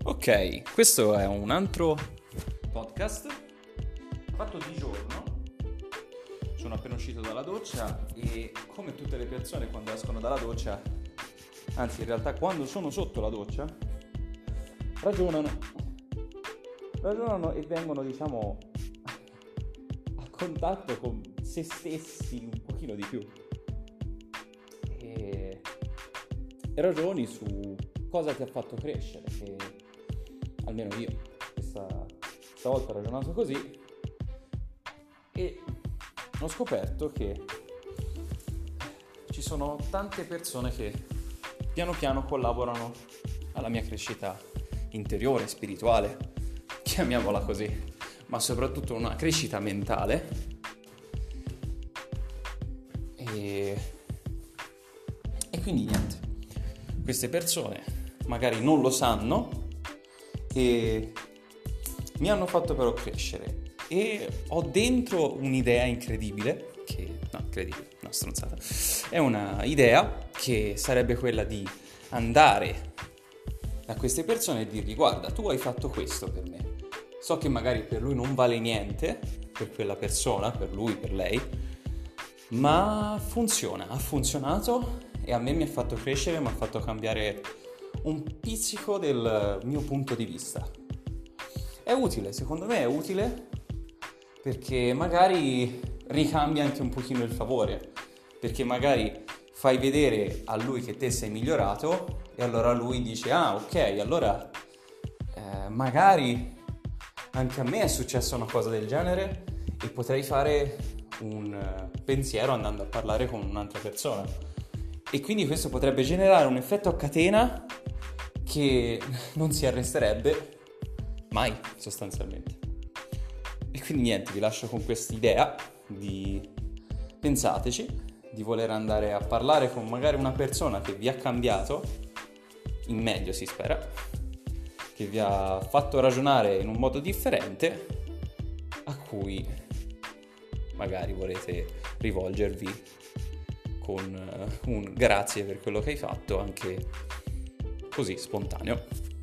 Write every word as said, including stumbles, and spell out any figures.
Ok, questo è un altro podcast fatto di giorno. Sono appena uscito dalla doccia e come tutte le persone quando escono dalla doccia, anzi in realtà quando sono sotto la doccia, ragionano, ragionano e vengono diciamo a contatto con se stessi un pochino di più e, e ragioni su cosa ti ha fatto crescere, che almeno io questa, stavolta ho ragionato così e ho scoperto che ci sono tante persone che piano piano collaborano alla mia crescita interiore, spirituale, chiamiamola così, ma soprattutto una crescita mentale e, e quindi niente, queste persone magari non lo sanno e mi hanno fatto però crescere e ho dentro un'idea incredibile che, no, incredibile, no, stronzata, è una idea che sarebbe quella di andare da queste persone e dirgli: guarda, tu hai fatto questo per me, so che magari per lui non vale niente, per quella persona, per lui, per lei, ma funziona, ha funzionato e a me mi ha fatto crescere, mi ha fatto cambiare un pizzico del mio punto di vista. È utile, secondo me è utile perché magari ricambia anche un pochino il favore, perché magari fai vedere a lui che te sei migliorato e allora lui dice: ah, ok, allora eh, magari anche a me è successa una cosa del genere e potrei fare un uh, pensiero andando a parlare con un'altra persona, e quindi questo potrebbe generare un effetto a catena che non si arresterebbe mai, sostanzialmente. E quindi niente, vi lascio con quest'idea di pensateci, di voler andare a parlare con magari una persona che vi ha cambiato, in meglio si spera, che vi ha fatto ragionare in un modo differente, a cui magari volete rivolgervi con un grazie per quello che hai fatto, anche così spontaneo.